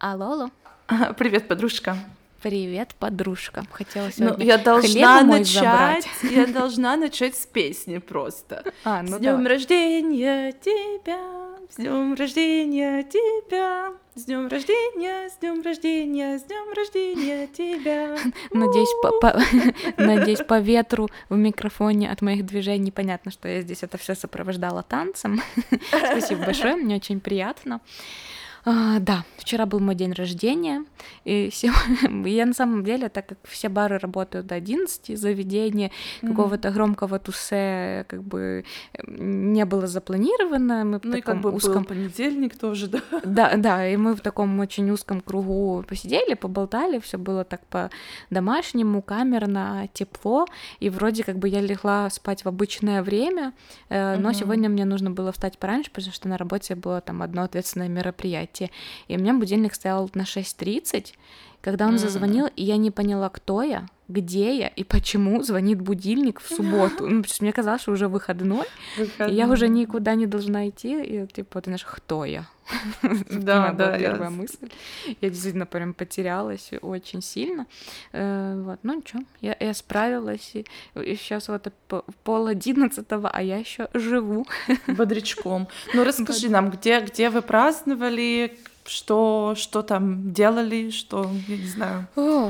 Алло, алло. Привет, подружка. Привет, подружка. Хотела сегодня я должна хлеб мой начать. забрать. Я должна начать с песни просто. Ну С давай. днем рождения тебя, с днем рождения тебя, с днем рождения, с днем рождения, с днем рождения тебя. Надеюсь, по ветру в микрофоне от моих движений понятно, что я здесь это все сопровождала танцем. Спасибо большое, мне очень приятно. Да, вчера был мой день рождения, и я на самом деле, так как все бары работают до 11, заведения какого-то громкого тусе как бы не было запланировано. Мы в Ну и как таком бы узком... был понедельник тоже, да? Да, и мы в таком очень узком кругу посидели, поболтали, все было так по-домашнему, камерно, тепло, и вроде как бы я легла спать в обычное время, но сегодня мне нужно было встать пораньше, потому что на работе было там одно ответственное мероприятие. И у меня будильник стоял на 6:30, когда он зазвонил, и я не поняла, кто я, где я и почему звонит будильник в субботу. Потому что мне казалось, что уже выходной, и я уже никуда не должна идти, и типа, ты знаешь, кто я? Да, да. Первая мысль. Я действительно прям потерялась очень сильно. Вот, ну ничего, я справилась, и сейчас вот 10:30, а я еще живу. Бодрячком. Ну расскажи нам, где вы праздновали, что там делали, что, я не знаю.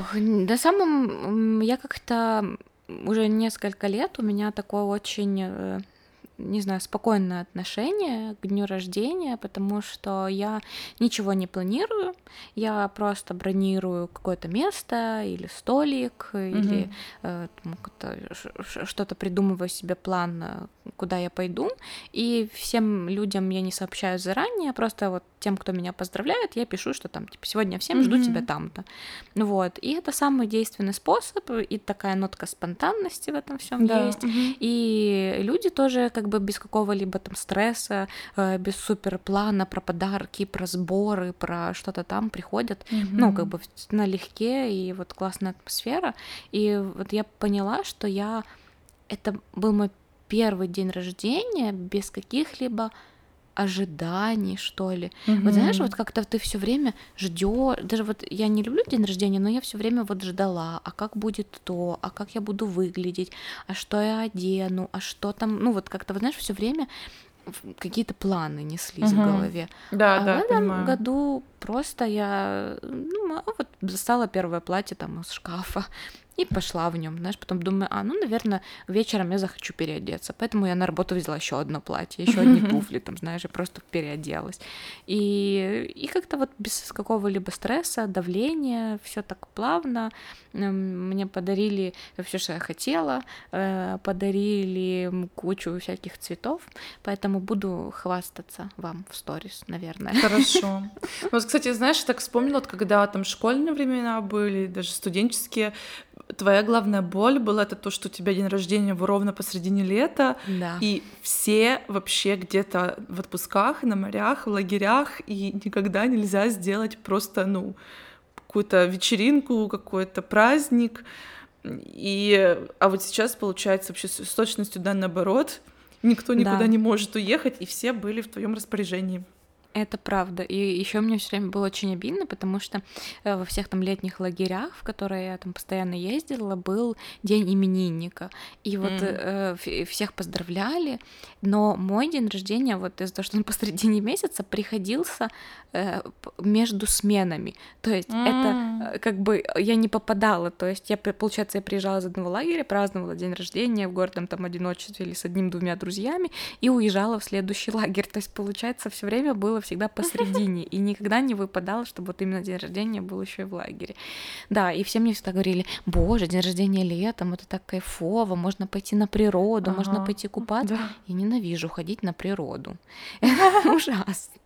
Я как-то уже несколько лет у меня такое очень, не знаю, спокойное отношение к дню рождения, потому что я ничего не планирую, я просто бронирую какое-то место или столик, или что-то придумываю себе план, куда я пойду, и всем людям я не сообщаю заранее, просто вот тем, кто меня поздравляет, я пишу, что там, типа, сегодня всем жду тебя там-то. Вот, и это самый действенный способ, и такая нотка спонтанности в этом всем есть, и люди тоже как бы без какого-либо там стресса, без суперплана про подарки, про сборы, про что-то там приходят, ну, как бы налегке, и вот классная атмосфера, и вот я поняла, что это был мой первый день рождения без каких-либо ожиданий, что ли. Вот знаешь, вот как-то ты все время ждешь, даже вот я не люблю день рождения, но я все время вот ждала, а как будет то, а как я буду выглядеть, а что я одену, а что там, ну вот как-то, вот знаешь, все время какие-то планы неслись в голове. Да, в этом понимаю. году просто я вот достала первое платье там из шкафа и пошла в нем, знаешь, потом думаю, наверное, вечером я захочу переодеться, поэтому я на работу взяла еще одно платье, еще одни туфли, там, знаешь, и просто переоделась. И как-то вот без какого-либо стресса, давления, все так плавно. Мне подарили все, что я хотела, подарили кучу всяких цветов, поэтому буду хвастаться вам в сторис, наверное. Хорошо. Вот, кстати, знаешь, я так вспомнила, вот когда там школьные времена были, даже студенческие, твоя главная боль была это то, что у тебя день рождения ровно посредине лета, Да. и все вообще где-то в отпусках, на морях, в лагерях, и никогда нельзя сделать просто, какую-то вечеринку, какой-то праздник. А вот сейчас, получается, вообще с точностью да наоборот, никто никуда не может уехать, и все были в твоем распоряжении. Это правда. И еще мне все время было очень обидно, потому что во всех там летних лагерях, в которые я там постоянно ездила, был день именинника. И вот всех поздравляли, но мой день рождения, вот из-за того, что он посредине месяца, приходился между сменами. То есть это как бы я не попадала. То есть получается, я приезжала из одного лагеря, праздновала день рождения в гордом там одиночестве или с одним-двумя друзьями и уезжала в следующий лагерь. То есть, получается, все время было всегда посредине, и никогда не выпадало, чтобы вот именно день рождения был еще и в лагере. Да, и все мне всегда говорили, боже, день рождения летом, это так кайфово, можно пойти на природу, можно пойти купаться. Да. Я ненавижу ходить на природу. Это ужасно.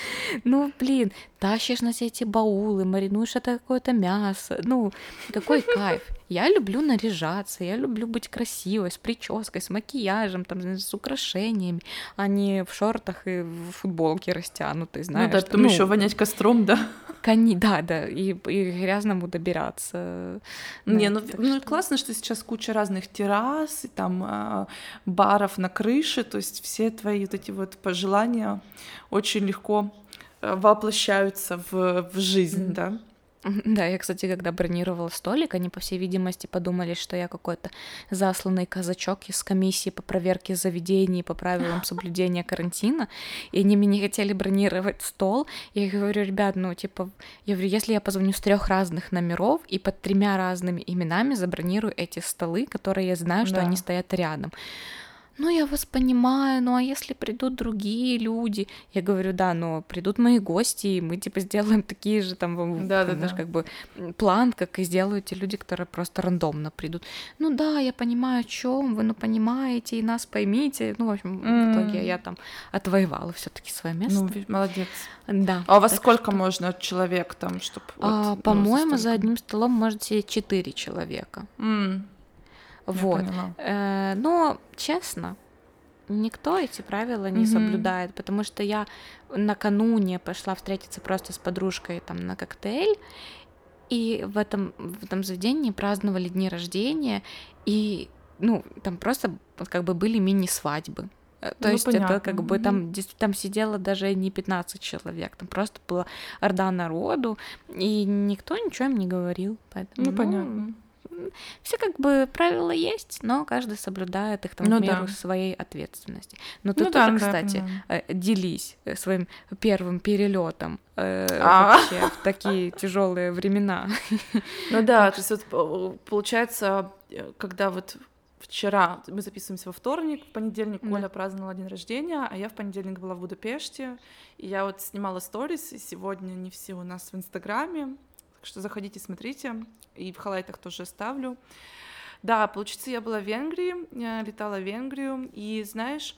Тащишь на себе эти баулы, маринуешь это какое-то мясо. Какой кайф. Я люблю наряжаться, я люблю быть красивой, с прической, с макияжем, там, с украшениями, а не в шортах и в футболке растянутой, знаешь. Ну да, потом еще вонять костром, да. Да, и грязному добираться. Классно, что сейчас куча разных террас, и там баров на крыше, то есть все твои вот эти вот пожелания очень легко воплощаются в жизнь, да. Да, я, кстати, когда бронировала столик, они, по всей видимости, подумали, что я какой-то засланный казачок из комиссии по проверке заведений по правилам соблюдения карантина, и они мне не хотели бронировать стол. Я говорю, ребят, ну, типа, я говорю, если я позвоню с 3 разных номеров и под 3 разными именами забронирую эти столы, которые я знаю, что они стоят рядом. Ну, я вас понимаю, ну а если придут другие люди? Я говорю, да, но придут мои гости, и мы, типа, сделаем такие же там, знаешь, как бы план, как и сделают те люди, которые просто рандомно придут. Ну да, я понимаю, о чем вы, ну понимаете, и нас поймите. Ну, в общем, в итоге я там отвоевала все-таки свое место. Ну, молодец. Да. А у вас сколько можно человек там, чтобы... По-моему, за одним столом может сидеть 4 человека. Вот. Но, честно, никто эти правила не соблюдает, потому что я накануне пошла встретиться просто с подружкой там на коктейль, и в этом заведении праздновали дни рождения, и, ну, там просто как бы были мини-свадьбы. То есть понятно. Это как бы там сидело даже не 15 человек, там просто была орда народу, и никто ничего им не говорил. Поэтому, понятно. Все как бы правила есть, но каждый соблюдает их там в меру своей ответственности. Но ты тоже, кстати, делись своим первым перелетом вообще в такие тяжелые времена. Ну да, то есть вот получается, когда вот вчера мы записываемся во вторник, в понедельник Коля праздновала день рождения, а я в понедельник была в Будапеште, и я вот снимала сторис, и сегодня они все у нас в Инстаграме, так что заходите, смотрите, и в хайлайтах тоже оставлю. Да, получается, я была в Венгрии, я летала в Венгрию, и знаешь,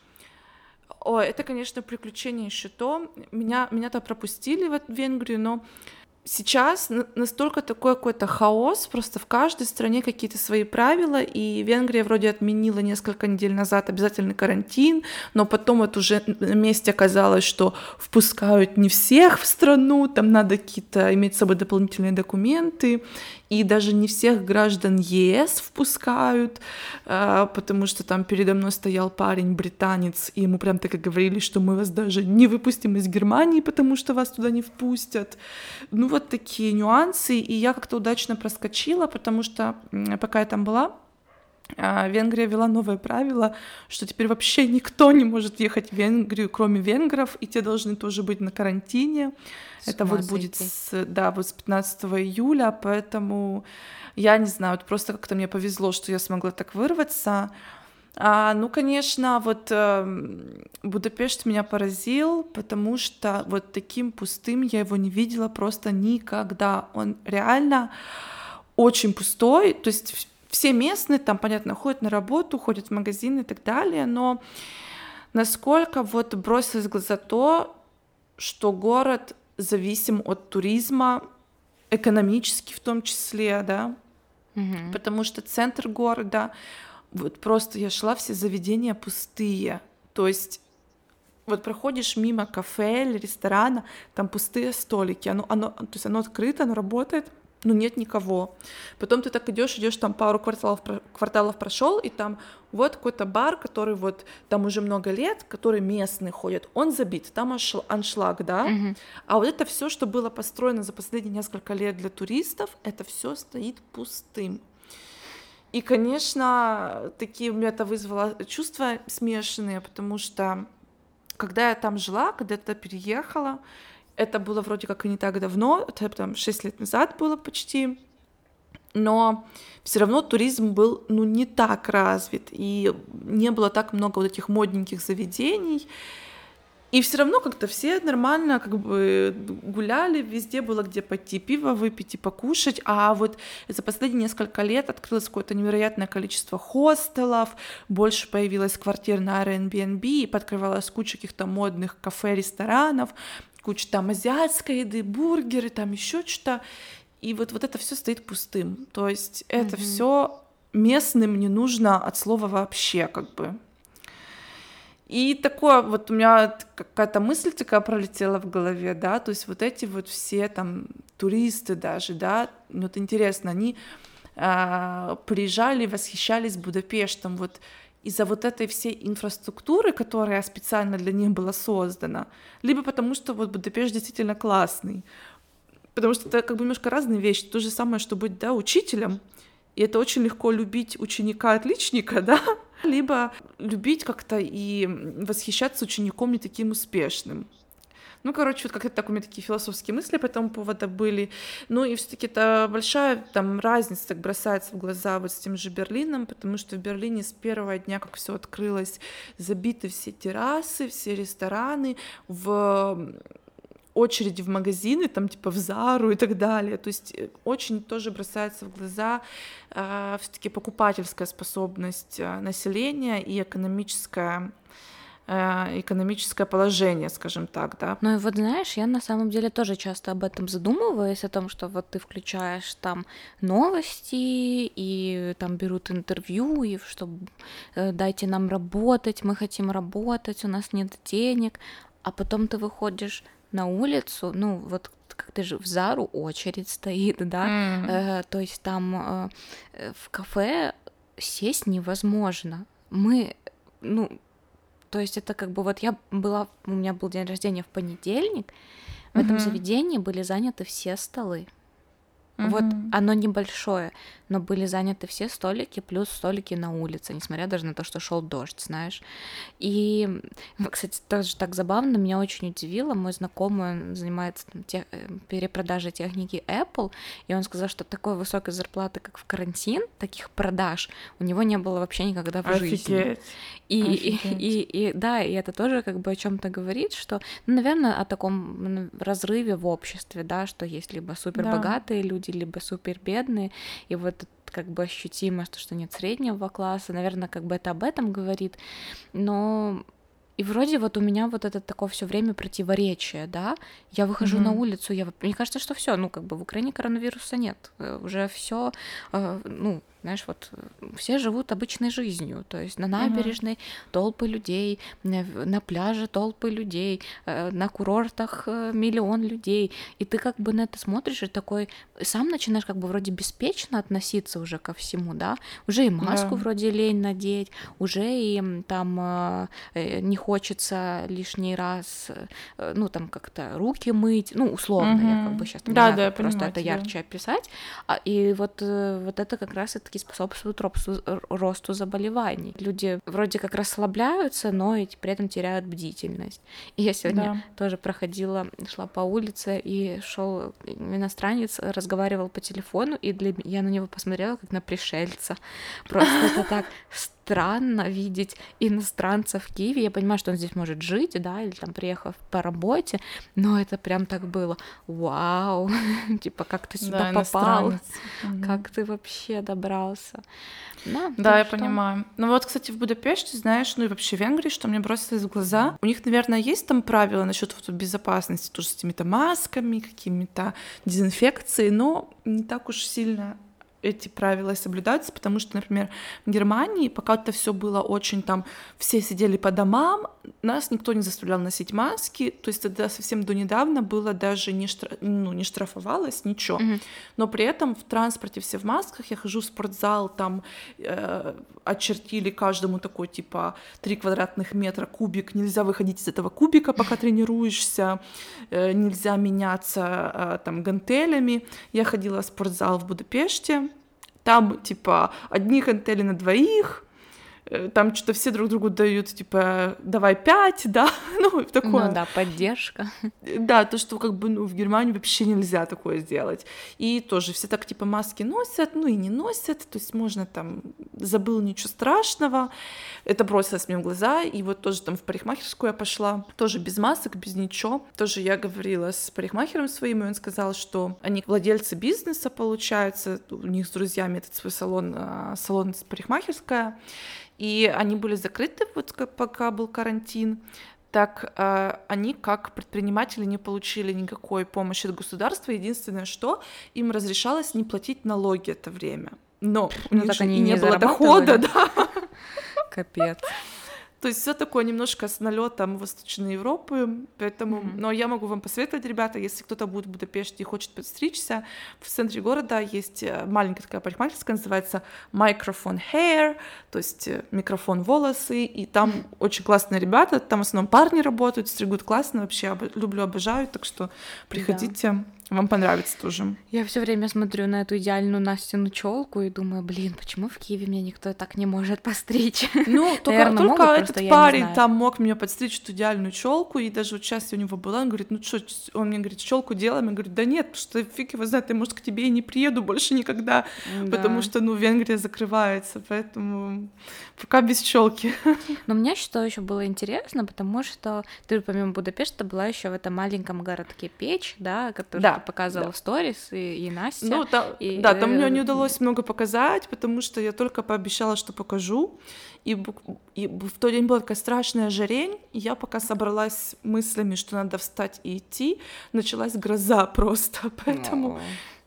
это, конечно, приключение еще то, меня-то пропустили в Венгрию, но сейчас настолько такой какой-то хаос, просто в каждой стране какие-то свои правила, и Венгрия вроде отменила несколько недель назад обязательный карантин, но потом вот уже на месте оказалось, что впускают не всех в страну, там надо какие-то иметь с собой дополнительные документы, и даже не всех граждан ЕС впускают, потому что там передо мной стоял парень британец, и ему прям так и говорили, что мы вас даже не выпустим из Германии, потому что вас туда не впустят. Ну вот такие нюансы, и я как-то удачно проскочила, потому что пока я там была, Венгрия ввела новое правило, что теперь вообще никто не может ехать в Венгрию, кроме венгров, и те должны тоже быть на карантине. Это вот будет с 15 июля, поэтому я не знаю, просто как-то мне повезло, что я смогла так вырваться. Ну, конечно, вот Будапешт меня поразил, потому что вот таким пустым я его не видела просто никогда. Он реально очень пустой, то есть все местные там, понятно, ходят на работу, ходят в магазины и так далее, но насколько вот бросилось в глаза то, что город зависим от туризма, экономически в том числе, да, потому что центр города, вот просто я шла, все заведения пустые, то есть вот проходишь мимо кафе или ресторана, там пустые столики, то есть оно открыто, оно работает, но нет никого. Потом ты так идешь, там пару кварталов прошел, и там вот какой-то бар, который вот там уже много лет, который местный ходит, он забит, там аншлаг, да. А вот это все, что было построено за последние несколько лет для туристов, это все стоит пустым. И, конечно, такие у меня это вызвало чувства смешанные, потому что когда я там жила, когда я туда переехала, это было вроде как и не так давно, это там 6 лет назад было почти, но все равно туризм был, не так развит, и не было так много вот этих модненьких заведений, и все равно как-то все нормально как бы гуляли, везде было где пойти пиво выпить и покушать, а вот за последние несколько лет открылось какое-то невероятное количество хостелов, больше появилось квартир на Airbnb, и подкрывалась куча каких-то модных кафе, ресторанов, куча там азиатской еды, бургеры, там еще что-то, и вот это все стоит пустым, то есть это все местным не нужно от слова вообще, как бы. И такое вот у меня какая-то мысль такая пролетела в голове, да, то есть вот эти вот все там туристы даже, да, вот интересно, они приезжали, восхищались Будапештом, вот из-за вот этой всей инфраструктуры, которая специально для них была создана, либо потому что вот Будапешт действительно классный. Потому что это как бы немножко разные вещи. То же самое, что быть, да, учителем, и это очень легко любить ученика-отличника, да, либо любить как-то и восхищаться учеником не таким успешным. Ну, короче, вот как-то так у меня такие философские мысли по этому поводу были. Ну, и все-таки это большая там разница так бросается в глаза вот с тем же Берлином, потому что в Берлине с первого дня, как все открылось, забиты все террасы, все рестораны, в очереди в магазины, там типа в Зару и так далее. То есть очень тоже бросается в глаза все-таки покупательская способность населения и экономическое положение, скажем так, да. Ну и вот знаешь, я на самом деле тоже часто об этом задумываюсь, о том, что вот ты включаешь там новости, и там берут интервью, и что дайте нам работать, мы хотим работать, у нас нет денег, а потом ты выходишь на улицу, ну вот как ты же в Зару очередь стоит, да, то есть там в кафе сесть невозможно. То есть это как бы вот у меня был день рождения в понедельник, в этом заведении были заняты все столы. Вот оно небольшое, но были заняты все столики, плюс столики на улице, несмотря даже на то, что шел дождь, знаешь. И, кстати, тоже так забавно, меня очень удивило, мой знакомый, он занимается перепродажей техники Apple, и он сказал, что такой высокой зарплаты, как в карантин, таких продаж у него не было вообще никогда в жизни. И да, и это тоже как бы о чем-то говорит, что, ну, наверное, о таком разрыве в обществе, да, что есть либо супербогатые люди, либо супер бедные, и вот как бы ощутимо, что нет среднего класса, наверное, как бы это об этом говорит, но и вроде вот у меня вот это такое все время противоречие, да, я выхожу на улицу, мне кажется, что все, ну, как бы в Украине коронавируса нет, уже все, ну, знаешь, вот все живут обычной жизнью, то есть на набережной толпы людей, на пляже толпы людей, на курортах миллион людей, и ты как бы на это смотришь и такой сам начинаешь как бы вроде беспечно относиться уже ко всему, да, уже и маску вроде лень надеть, уже и там не хочется лишний раз, ну, там как-то руки мыть, ну, условно, я как бы сейчас не знаю, просто это ярче описать, и вот это как раз таки способствует росту заболеваний. Люди вроде как расслабляются, но и при этом теряют бдительность. И я сегодня тоже шла по улице, и шел иностранец, разговаривал по телефону, и я на него посмотрела как на пришельца. Просто это так странно видеть иностранца в Киеве. Я понимаю, что он здесь может жить, да, или там приехав по работе, но это прям так было. Вау! Типа, как ты сюда попал? Как ты вообще добрался? Да, я понимаю. Ну вот, кстати, в Будапеште, знаешь, ну и вообще в Венгрии, что мне бросилось в глаза, у них, наверное, есть там правила насчет вот безопасности, тоже с какими-то масками, какими-то дезинфекцией, но не так уж сильно эти правила соблюдаются, потому что, например, в Германии, пока это все было очень там, все сидели по домам, нас никто не заставлял носить маски, то есть это совсем до недавно было даже не штрафовалось, ничего. Но при этом в транспорте все в масках, я хожу в спортзал, там очертили каждому такой типа 3 квадратных метра кубик, нельзя выходить из этого кубика, пока тренируешься, нельзя меняться там гантелями. Я ходила в спортзал в Будапеште, там, типа, одни гантели на двоих, там что-то все друг другу дают, типа, давай 5, да, ну, такое. Ну да, поддержка. Да, то, что как бы в Германии вообще нельзя такое сделать. И тоже все так, типа, маски носят, ну и не носят, то есть можно там, забыл, ничего страшного. Это бросилось мне в глаза, и вот тоже там в парикмахерскую я пошла, тоже без масок, без ничего. Тоже я говорила с парикмахером своим, и он сказал, что они владельцы бизнеса, получается, у них с друзьями этот свой салон парикмахерская, и они были закрыты, вот пока был карантин, так они как предприниматели не получили никакой помощи от государства. Единственное, что им разрешалось не платить налоги это время. Но у них же и не было дохода, да. Капец. То есть все такое немножко с налетом Восточной Европы, поэтому, но я могу вам посоветовать, ребята, если кто-то будет в Будапеште и хочет подстричься, в центре города есть маленькая такая парикмахерская, называется Microphone Hair, то есть микрофон волосы, и там очень классные ребята, там в основном парни работают, стригут классно, вообще люблю, обожаю, так что приходите. Вам понравится тоже. Я все время смотрю на эту идеальную Настину челку и думаю, блин, почему в Киеве меня никто так не может постричь? Ну, Наверное, только могут, этот просто парень там мог мне подстричь эту идеальную челку, и даже вот сейчас я у него была, он говорит, ну что, он мне говорит, челку делаем, я говорю, да нет, что фиг его знает, я, может, к тебе и не приеду больше никогда, потому что, ну, Венгрия закрывается, поэтому пока без челки. Но мне что еще было интересно, потому что ты помимо Будапешта была еще в этом маленьком городке Печь, да, который показывала в сторис, и Настя. Ну, там мне не удалось много показать, потому что я только пообещала, что покажу. И в тот день была такая страшная жарень, и я пока собралась мыслями, что надо встать и идти, началась гроза просто, поэтому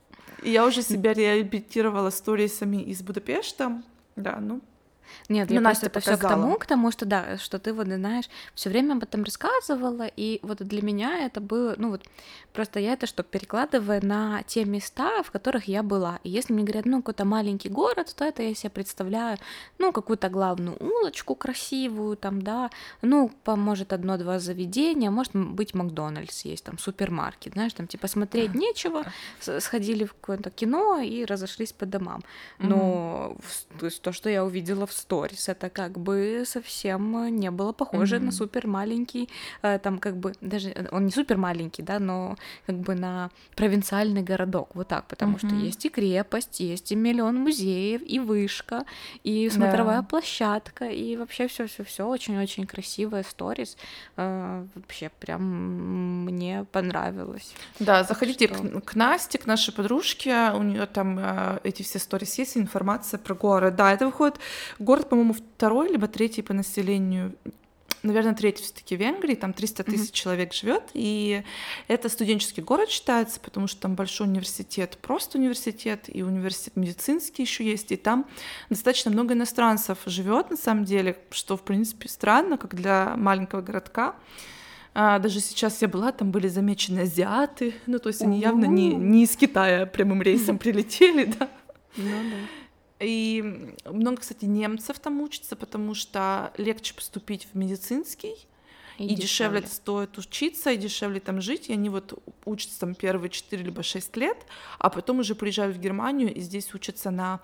я уже себя реабилитировала сторисами из Будапешта, да, ну. Нет, я просто это все к тому, что да, что ты вот знаешь, все время об этом рассказывала, и вот для меня это было, ну вот просто я это что перекладываю на те места, в которых я была. И если мне говорят, ну какой-то маленький город, то это я себе представляю, ну какую-то главную улочку красивую, там, да, ну может одно-два заведения, может быть Макдональдс есть, там супермаркет, знаешь, там типа смотреть нечего, сходили в какое-то кино и разошлись по домам. Но то есть то, что я увидела в сторис, это как бы совсем не было похоже на супер маленький, там как бы даже он не супер маленький, да, но как бы на провинциальный городок, вот так, потому что есть и крепость, есть и миллион музеев, и вышка, и смотровая площадка, и вообще все очень-очень красивая сторис, вообще прям мне понравилось. Да, заходите к Насте, к нашей подружке, у нее там эти все сторис есть, информация про город. Да, это выходит город, по-моему, второй либо третий по населению, наверное, третий все-таки в Венгрии, там 300 тысяч человек живет, и это студенческий город считается, потому что там большой университет, просто университет, и университет медицинский еще есть, и там достаточно много иностранцев живет на самом деле, что, в принципе, странно, как для маленького городка. Даже сейчас я была, там были замечены азиаты, ну, то есть они явно не из Китая прямым рейсом прилетели, да. Ну да. И много, кстати, немцев там учатся, потому что легче поступить в медицинский, и дешевле стоит учиться, и дешевле там жить, и они вот учатся там первые 4 либо 6 лет, а потом уже приезжают в Германию, и здесь учатся на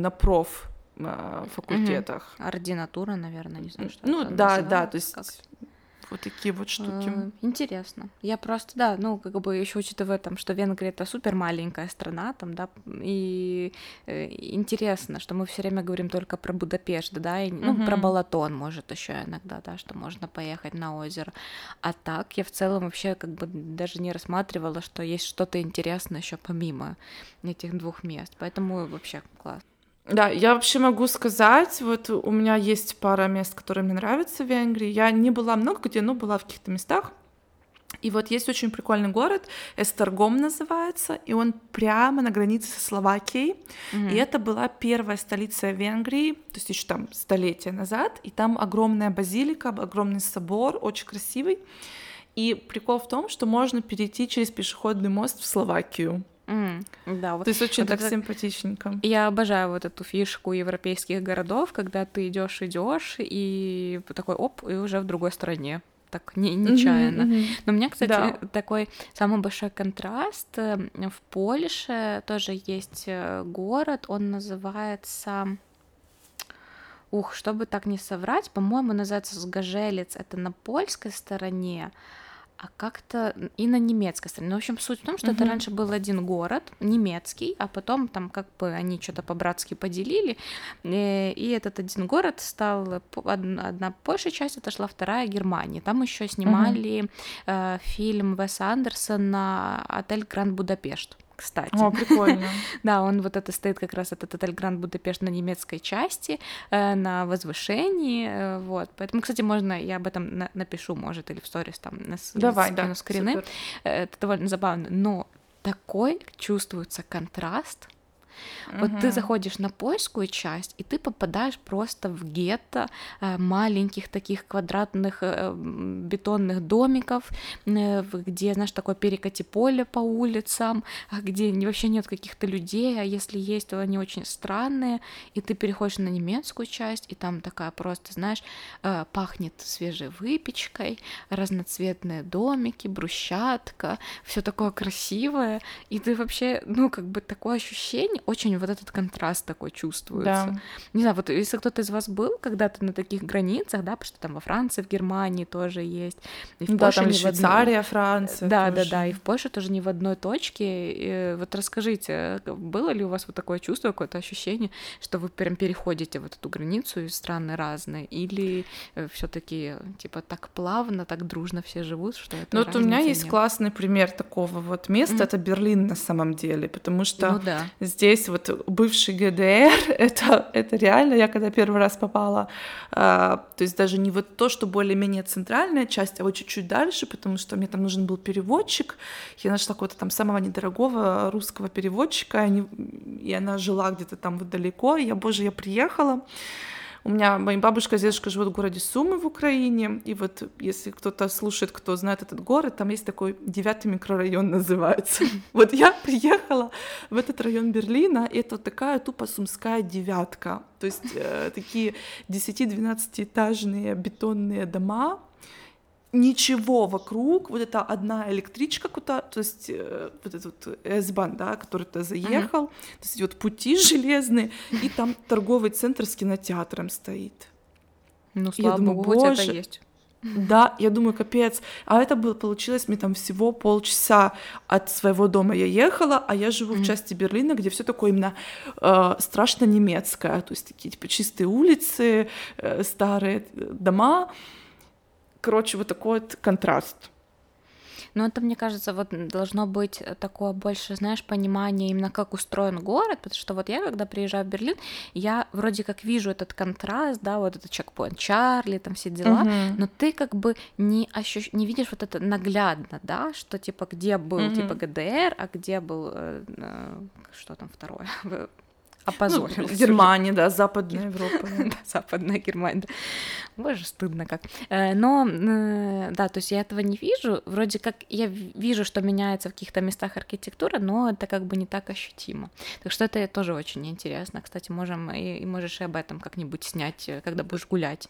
факультетах. Ординатура, наверное, не знаю, что ну, это да, то есть... Вот такие вот штуки. Интересно. Я просто, да, ну, как бы еще учитывая там, что Венгрия это супер маленькая страна, там, да, и интересно, что мы все время говорим только про Будапешт, да, и, ну, про Балатон, может, еще иногда, да, что можно поехать на озеро. А так я в целом вообще как бы даже не рассматривала, что есть что-то интересное еще помимо этих двух мест. Поэтому вообще класс. Да, я вообще могу сказать, вот у меня есть пара мест, которые мне нравятся в Венгрии. Я не была много где, но была в каких-то местах. И вот есть очень прикольный город, Эстергом называется, и он прямо на границе со Словакией. И это была первая столица Венгрии, то есть еще там столетия назад. И там огромная базилика, огромный собор, очень красивый. И прикол в том, что можно перейти через пешеходный мост в Словакию. Да, вот. То есть очень вот так это... симпатичненько. Я обожаю вот эту фишку европейских городов, когда ты идешь и такой оп, и уже в другой стране. Так нечаянно. Но у меня, кстати, такой самый большой контраст. В Польше тоже есть город, он называется... чтобы так не соврать, по-моему, называется Сгажелец. Это на польской стороне, а как-то и на немецкой стороне. Ну, в общем, суть в том, что это раньше был один город, немецкий, а потом там как бы они что-то по-братски поделили, и этот один город стал, одна большая часть отошла, вторая Германия. Там еще снимали фильм Уэса Андерсона «Отель Гранд Будапешт». Кстати. О, прикольно. Да, он вот это стоит как раз этот отель Гранд Будапешт на немецкой части, на возвышении, вот. Поэтому, кстати, можно, я об этом напишу, может, или в сторис там скину скрины. Это довольно забавно, но такой чувствуется контраст, Вот ты заходишь на польскую часть, и ты попадаешь просто в гетто маленьких таких квадратных бетонных домиков, где, знаешь, такое перекати поле по улицам, где вообще нет каких-то людей, а если есть, то они очень странные, и ты переходишь на немецкую часть, и там такая просто, знаешь, пахнет свежей выпечкой, разноцветные домики, брусчатка, все такое красивое, и ты вообще, ну, как бы такое ощущение, очень вот этот контраст такой чувствуется. Да. Не знаю, вот если кто-то из вас был когда-то на таких границах, да, потому что там во Франции, в Германии тоже есть, и в Да, Польше там и не в одной... Швейцария, Франция Да, тоже. да, и в Польше тоже не в одной точке. И вот расскажите, было ли у вас вот такое чувство, какое-то ощущение, что вы прям переходите вот эту границу, и страны разные, или все-таки типа так плавно, так дружно все живут, что это Ну вот у меня есть нет? классный пример такого вот места, это Берлин на самом деле, потому что Ну да. здесь вот бывший ГДР, это реально, я когда первый раз попала, то есть даже не вот то, что более-менее центральная часть, а вот чуть-чуть дальше, потому что мне там нужен был переводчик, я нашла какого-то там самого недорогого русского переводчика, и она жила где-то там вот далеко, и я приехала. У меня моя бабушка и дедушка живут в городе Сумы в Украине, и вот если кто-то слушает, кто знает этот город, там есть такой 9-й микрорайон называется. Вот я приехала в этот район Берлина, и это вот такая тупо сумская девятка, то есть такие 10-12-этажные бетонные дома, ничего вокруг, вот это одна электричка куда, то есть вот этот вот S-Bahn, да, который туда заехал, то есть вот пути железные, и там торговый центр с кинотеатром стоит. Ну, слава богу, хоть это есть. Да, я думаю, капец. А это было, получилось, мне там всего полчаса от своего дома я ехала, а я живу в части Берлина, где все такое именно страшно немецкое, то есть такие типа чистые улицы, старые дома. Короче, вот такой вот контраст. Но это, мне кажется, вот должно быть такое больше, знаешь, понимание именно как устроен город, потому что вот я, когда приезжаю в Берлин, я вроде как вижу этот контраст, да, вот этот чекпоинт Чарли, там все дела, но ты как бы не видишь вот это наглядно, да, что типа где был типа ГДР, а где был, что там второе, опозорилась. Ну, Германия, да, Западная Европа. Да, Западная Германия. Боже, стыдно как. Но, да, то есть я этого не вижу. Вроде как я вижу, что меняется в каких-то местах архитектура, но это как бы не так ощутимо. Так что это тоже очень интересно. Кстати, можешь и об этом как-нибудь снять, когда будешь гулять.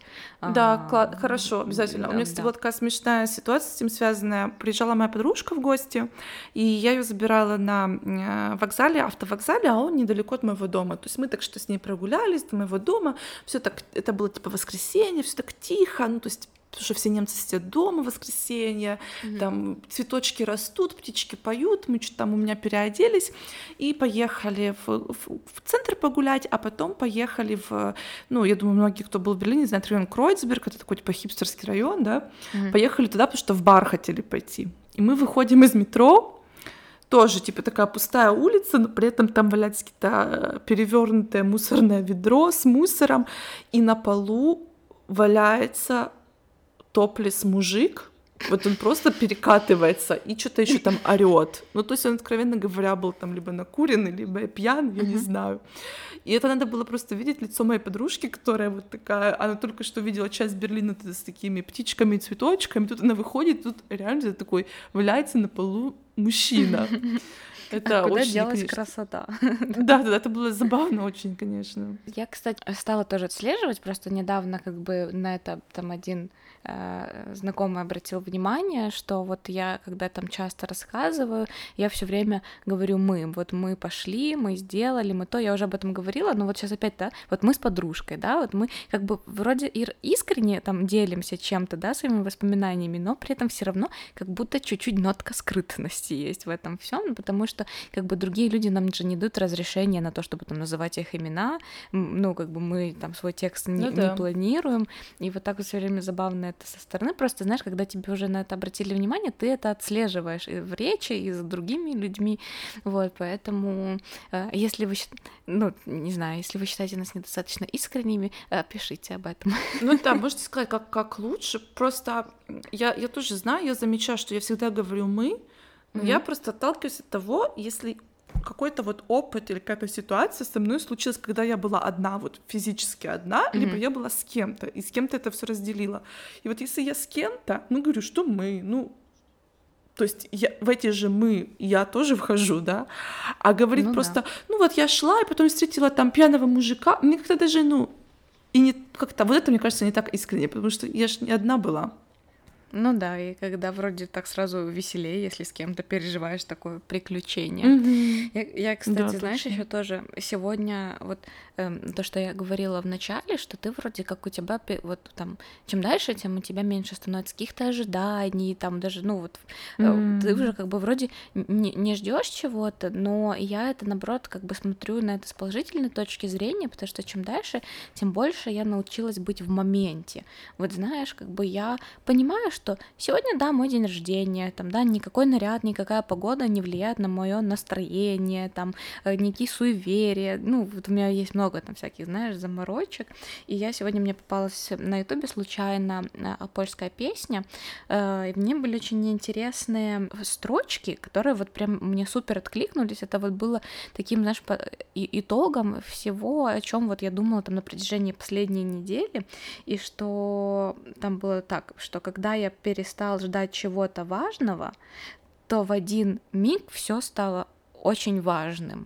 Да, хорошо, обязательно. У меня, кстати, была такая смешная ситуация с этим связанная. Приезжала моя подружка в гости, и я ее забирала на вокзале, автовокзале, а он недалеко от моего дома. То есть мы так что с ней прогулялись до моего дома. Все так, это было типа воскресенье, все так тихо, ну то есть потому что все немцы сидят дома в воскресенье, там цветочки растут, птички поют, мы что-то там у меня переоделись и поехали в центр погулять, а потом поехали ну, я думаю, многие, кто был в Берлине, знают район Кройцберг, это такой типа хипстерский район, да, поехали туда, потому что в бар хотели пойти. И мы выходим из метро, тоже, типа, такая пустая улица, но при этом там валяется какие-то перевернутое мусорное ведро с мусором, и на полу валяется топлес мужик, вот он просто перекатывается и что-то еще там орёт. Ну, то есть он, откровенно говоря, был там либо накуренный, либо пьян, я не знаю. И это надо было просто видеть лицо моей подружки, которая вот такая, она только что видела часть Берлина с такими птичками и цветочками, тут она выходит, тут реально такой валяется на полу мужчина. Это куда очень, делась конечно... красота? Да, это было забавно очень, конечно. Я, кстати, стала тоже отслеживать, просто недавно как бы на это там один знакомый обратил внимание, что вот я, когда там часто рассказываю, я все время говорю вот мы пошли, мы сделали, мы то, я уже об этом говорила, но вот сейчас опять, да, вот мы с подружкой, да, вот мы как бы вроде искренне там делимся чем-то, да, своими воспоминаниями, но при этом все равно как будто чуть-чуть нотка скрытности есть в этом всем, потому что как бы другие люди нам же не дают разрешения на то, чтобы там называть их имена, ну как бы мы там свой текст не планируем, и вот так вот все время забавно это со стороны, просто, знаешь, когда тебе уже на это обратили внимание, ты это отслеживаешь и в речи, и с другими людьми, вот, поэтому если вы, ну, не знаю, если вы считаете нас недостаточно искренними, пишите об этом. Ну да, можете сказать, как лучше, просто я тоже знаю, я замечаю, что я всегда говорю «мы», но я просто отталкиваюсь от того, если какой-то вот опыт или какая-то ситуация со мной случилась, когда я была одна, вот физически одна, либо я была с кем-то, и с кем-то это все разделила. И вот если я с кем-то, ну, говорю, что мы, ну, то есть в эти же мы я тоже вхожу, да, а говорить Ну просто, да. ну вот я шла и потом встретила там пьяного мужика, мне как-то даже, ну, и не как-то, вот это, мне кажется, не так искренне, потому что я ж не одна была. Ну да, и когда вроде так сразу веселее, если с кем-то переживаешь такое приключение. Мгм. Я, Да, кстати, знаешь, точно. еще тоже сегодня вот то, что я говорила в начале, что ты вроде как у тебя вот там, чем дальше, тем у тебя меньше становится каких-то ожиданий, там даже, ну вот ты уже как бы вроде не ждешь чего-то, но я это наоборот как бы смотрю на это с положительной точки зрения, потому что чем дальше, тем больше я научилась быть в моменте. Вот знаешь, как бы я понимаю, что сегодня, да, мой день рождения, там, да, никакой наряд, никакая погода не влияет на мое настроение, там, никакие суеверия, ну, вот у меня есть много там всяких, знаешь, заморочек, и мне попалась на ютубе случайно польская песня, и мне были очень интересные строчки, которые вот прям мне супер откликнулись, это вот было таким, знаешь, итогом всего, о чем вот я думала там на протяжении последней недели, и что там было так, что когда я перестал ждать чего-то важного, то в один миг все стало очень важным.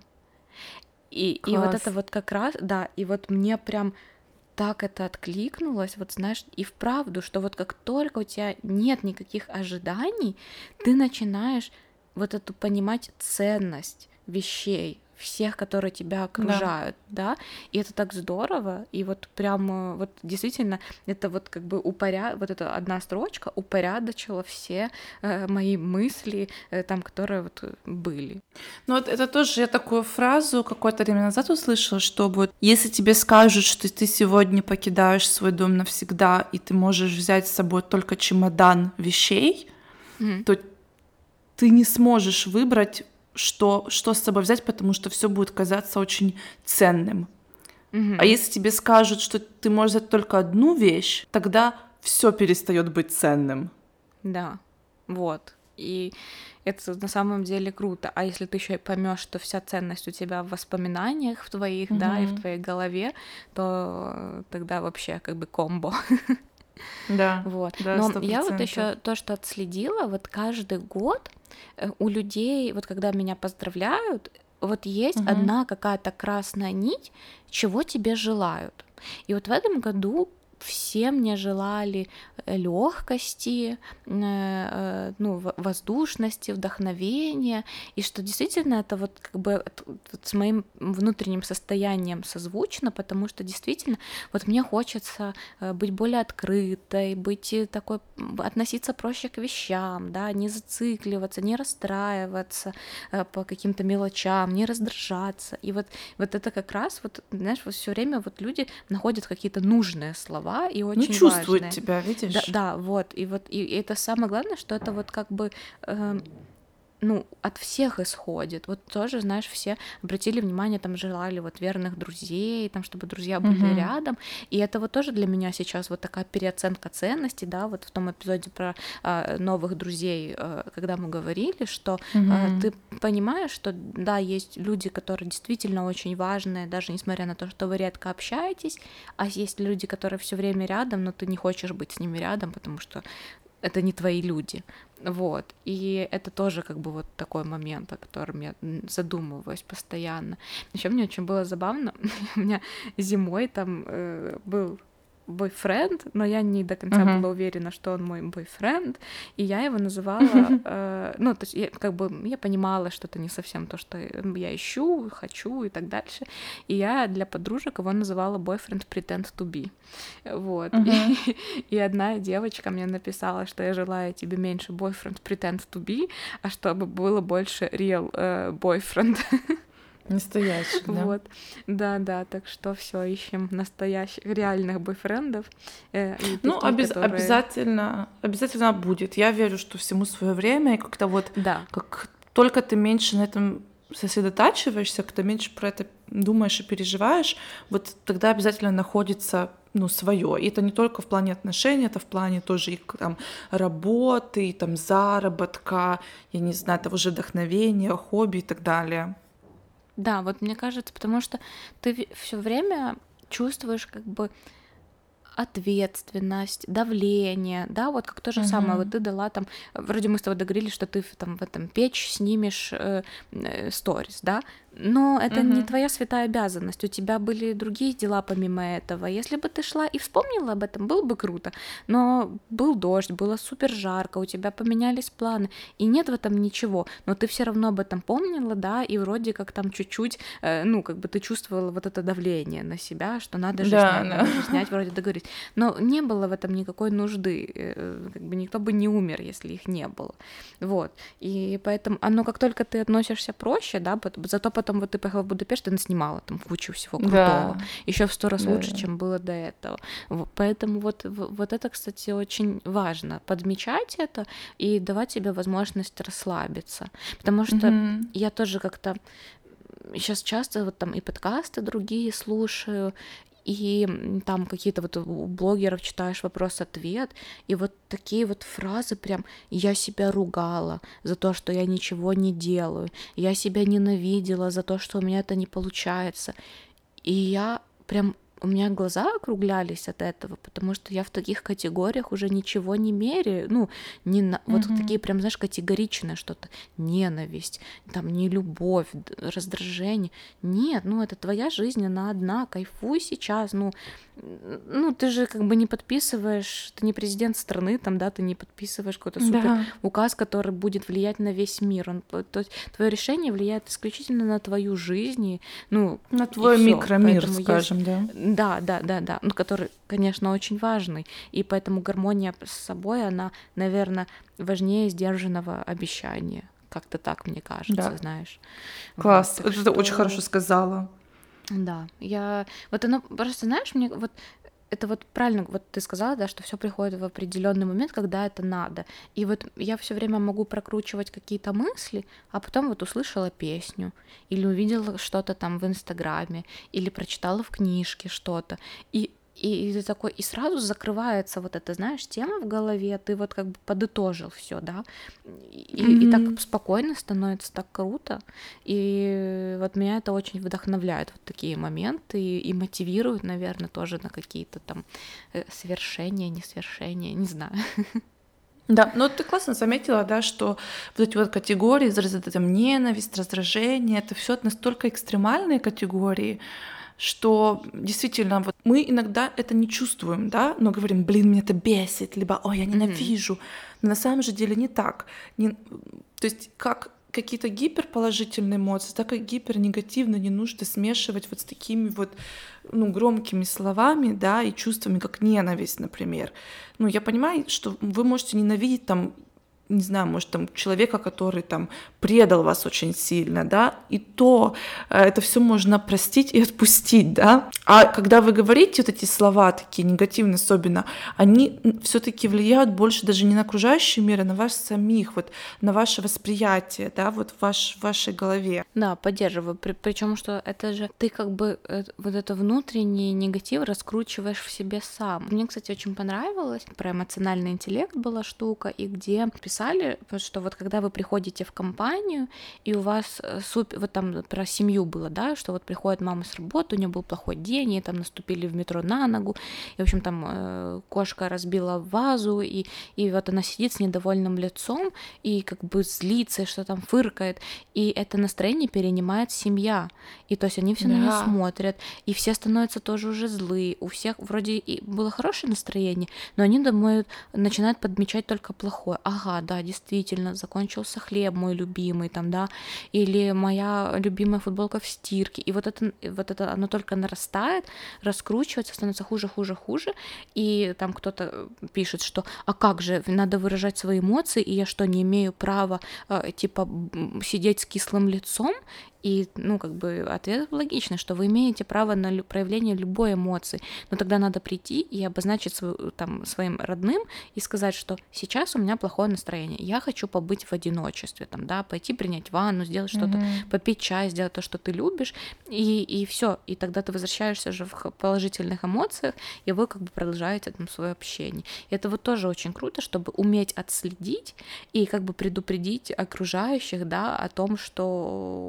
И вот это Класс. вот как раз, да, и вот мне прям так это откликнулось, вот знаешь, и вправду, что вот как только у тебя нет никаких ожиданий, ты начинаешь вот эту понимать ценность вещей, всех, которые тебя Да. окружают, да, и это так здорово, и вот прям вот действительно это вот как бы вот эта одна строчка упорядочила все мои мысли, там, которые вот были. Ну вот это тоже я такую фразу какое-то время назад услышала, что вот если тебе скажут, что ты сегодня покидаешь свой дом навсегда, и ты можешь взять с собой только чемодан вещей, Мгм. то ты не сможешь выбрать, что с собой взять, потому что все будет казаться очень ценным. А Мгм. если тебе скажут, что ты можешь взять только одну вещь, тогда все перестает быть ценным. Да, вот. И это на самом деле круто. А если ты еще и поймешь, что вся ценность у тебя в воспоминаниях в твоих, да, и в Мгм. твоей голове, то тогда вообще как бы комбо. Да, Вот. да, Но я вот 100%. еще то, что отследила, вот каждый год у людей, вот когда меня поздравляют, вот есть Мгм. одна какая-то красная нить, чего тебе желают. И вот в этом году все мне желали легкости, ну, воздушности, вдохновения, и что действительно это вот как бы вот с моим внутренним состоянием созвучно, потому что действительно вот мне хочется быть более открытой, быть такой, относиться проще к вещам, да, не зацикливаться, не расстраиваться по каким-то мелочам, не раздражаться. И вот это как раз, вот, знаешь, вот все время вот люди находят какие-то нужные слова и Ну, очень чувствует важные. тебя, Да, видишь? да, вот, и это самое главное, что это вот как бы ну, от всех исходит. Вот тоже, знаешь, все обратили внимание, там, желали вот верных друзей, там, чтобы друзья были Мгм. рядом. И это вот тоже для меня сейчас вот такая переоценка ценностей, да, вот в том эпизоде про новых друзей, когда мы говорили, что Мгм. ты понимаешь, что, да, есть люди, которые действительно очень важные, даже несмотря на то, что вы редко общаетесь, а есть люди, которые все время рядом, но ты не хочешь быть с ними рядом, потому что это не твои люди. Вот. И это тоже как бы вот такой момент, о котором я задумываюсь постоянно. Еще мне очень было забавно, у меня зимой там был бойфренд, но я не до конца Мгм. была уверена, что он мой бойфренд, и я его называла, ну, то есть я, как бы я понимала, что это не совсем то, что я ищу, хочу и так дальше, и я для подружек его называла boyfriend pretend to be, вот, Мгм. и одна девочка мне написала, что я желаю тебе меньше boyfriend pretend to be, а чтобы было больше real boyfriend. Настоящий, да. Вот, да-да, так что все ищем настоящих, реальных бойфрендов и Ну, таких, которые, обязательно будет. Я верю, что всему свое время, и как-то вот да, как только ты меньше на этом сосредотачиваешься, когда меньше про это думаешь и переживаешь, вот тогда обязательно находится ну, свое. И это не только в плане отношений, это в плане тоже и там, работы, и, там, заработка, я не знаю, того же вдохновения, хобби и так далее. Да, вот мне кажется, потому что ты все время чувствуешь как бы ответственность, давление, да, вот как то же самое, вот Мгм. ты дала там, вроде мы с тобой договорились, что ты там в этом печь снимешь сторис, да, но это не Мгм. твоя святая обязанность, у тебя были другие дела помимо этого. Если бы ты шла и вспомнила об этом, было бы круто, но был дождь, было супер жарко, у тебя поменялись планы, и нет в этом ничего, но ты все равно об этом помнила, да, и вроде как там чуть-чуть, ну, как бы ты чувствовала вот это давление на себя, что Да, да. надо же снять, вроде договорились. Но не было в этом никакой нужды, как бы никто бы не умер, если их не было. Вот. И поэтому, оно как только ты относишься проще, да, зато потом вот ты поехала в Будапешт, ты наснимала там кучу всего крутого, Да, еще в 100 раз да, лучше, да. чем было до этого. Поэтому вот это, кстати, очень важно, подмечать это и давать себе возможность расслабиться. Потому что Мгм. я тоже как-то сейчас часто вот там и подкасты другие слушаю, и там какие-то вот у блогеров читаешь вопрос-ответ, и вот такие вот фразы прям «я себя ругала за то, что я ничего не делаю», «я себя ненавидела за то, что у меня это не получается». И я прям у меня глаза округлялись от этого, потому что я в таких категориях уже ничего не меряю. Ну, вот такие Мгм. прям, знаешь, категоричные что-то. Ненависть, там, не любовь, раздражение. Нет, ну, это твоя жизнь, она одна, кайфуй сейчас. Ну, ты же как бы не подписываешь, ты не президент страны, там, да, ты не подписываешь какой-то супер Да. указ, который будет влиять на весь мир. То есть твое решение влияет исключительно на твою жизнь, ну, На и твой все. микромир, Поэтому если... скажем, да. Да, да, да, да, ну, который, конечно, очень важный. И поэтому гармония с собой, она, наверное, важнее сдержанного обещания. Как-то так, мне кажется, Да. знаешь. Вот, Класс. так Вот это очень хорошо что, сказала. да, я... Вот оно, просто, знаешь, мне вот это вот правильно, вот ты сказала, да, что все приходит в определенный момент, когда это надо. И вот я все время могу прокручивать какие-то мысли, а потом вот услышала песню, или увидела что-то там в Инстаграме, или прочитала в книжке что-то. И ты такой, и сразу закрывается вот эта, знаешь, тема в голове, ты вот как бы подытожил все, да, и так Мгм. спокойно становится, так круто, и вот меня это очень вдохновляет, вот такие моменты, и мотивирует, наверное, тоже на какие-то там свершения, несвершения, не знаю. Да, но ты классно заметила, да, что вот эти вот категории, там, ненависть, раздражение, это все настолько экстремальные категории, что действительно вот мы иногда это не чувствуем, да, но говорим, блин, меня это бесит, либо, ой, я Мгм. ненавижу. Но на самом же деле не так. То есть как какие-то гиперположительные эмоции, так и гипернегативные не нужно смешивать вот с такими вот, ну, громкими словами, да, и чувствами, как ненависть, например. Ну, я понимаю, что вы можете ненавидеть там, не знаю, может, там человека, который там предал вас очень сильно, да, и то это все можно простить и отпустить, да. А когда вы говорите вот эти слова такие негативные особенно, они все-таки влияют больше даже не на окружающий мир, а на вас самих, вот на ваше восприятие, да, вот в вашей голове. Да, поддерживаю. Причем, что это же ты как бы вот это внутренний негатив раскручиваешь в себе сам. Мне, кстати, очень понравилось. Про эмоциональный интеллект была штука, и где писали, что вот когда вы приходите в компанию, и у вас супер, вот там про семью было, да, что вот приходит мама с работы, у нее был плохой день, ей там наступили в метро на ногу, и, в общем, там кошка разбила вазу, и вот она сидит с недовольным лицом, и как бы злится, и что там фыркает, и это настроение перенимает семья. И то есть они все на нее Да, смотрят, и все становятся тоже уже злые. У всех вроде и было хорошее настроение, но они думают, начинают подмечать только плохое. Ага, да, действительно, закончился хлеб мой любимый, там, да, или моя любимая футболка в стирке. И вот это оно только нарастает, раскручивается, становится хуже, хуже, хуже. И там кто-то пишет, что а как же, надо выражать свои эмоции, и я что, не имею права типа сидеть с кислым лицом, и, ну, как бы ответ логичный, что вы имеете право на проявление любой эмоции, но тогда надо прийти и обозначить там, своим родным и сказать, что сейчас у меня плохое настроение, я хочу побыть в одиночестве, там, да, пойти принять ванну, сделать что-то, мгм. попить чай, сделать то, что ты любишь, и все, и тогда ты возвращаешься же в положительных эмоциях, и вы как бы продолжаете там свое общение. И это вот тоже очень круто, чтобы уметь отследить и как бы предупредить окружающих, да, о том, что вот я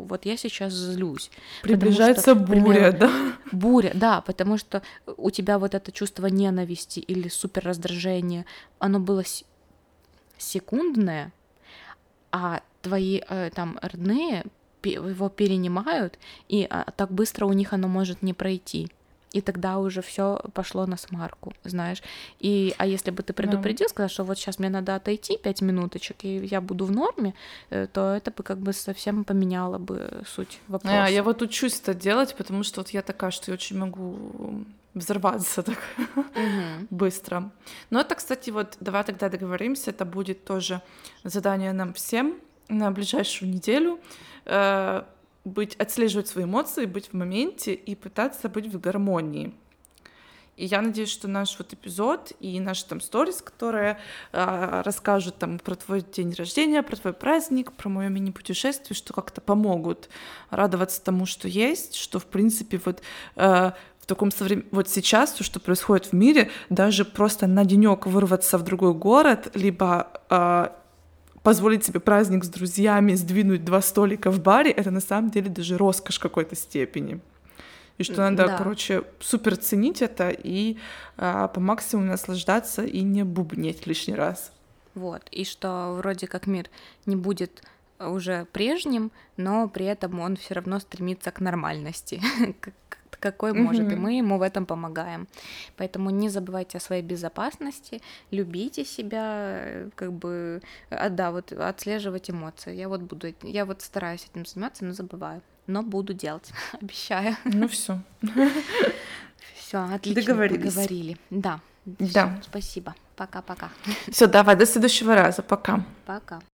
сейчас злюсь. Приближается буря, да? Буря, да, потому что у тебя вот это чувство ненависти или суперраздражения, оно было секундное, а твои там родные его перенимают, и так быстро у них оно может не пройти. И тогда уже все пошло на смарку, знаешь. А если бы ты предупредил, сказал, что вот сейчас мне надо отойти 5 минуточек, и я буду в норме, то это бы как бы совсем поменяло бы суть вопроса. Я вот учусь это делать, потому что вот я такая, что я очень могу взорваться так быстро. Но это, кстати, вот давай тогда договоримся, это будет тоже задание нам всем на ближайшую неделю. Отслеживать свои эмоции, быть в моменте и пытаться быть в гармонии. И я надеюсь, что наш вот эпизод и наши там сторис, которые расскажут там про твой день рождения, про твой праздник, про моё мини-путешествие, что как-то помогут радоваться тому, что есть, что в принципе вот в таком вот сейчас то, что происходит в мире, даже просто на денёк вырваться в другой город, либо позволить себе праздник с друзьями, сдвинуть 2 столика в баре, это на самом деле даже роскошь в какой-то степени. И что надо, короче, супер ценить это и по максимуму наслаждаться и не бубнеть лишний раз. Вот, и что вроде как мир не будет уже прежним, но при этом он все равно стремится к нормальности, какой может, и мы ему в этом помогаем. Поэтому не забывайте о своей безопасности, любите себя, как бы, вот отслеживать эмоции. Я вот стараюсь этим заниматься, но забываю. Но буду делать, обещаю. Ну все. Все, отлично. Договорили. Да. Всё, спасибо. Пока-пока. Все, давай, до следующего раза. Пока. Пока.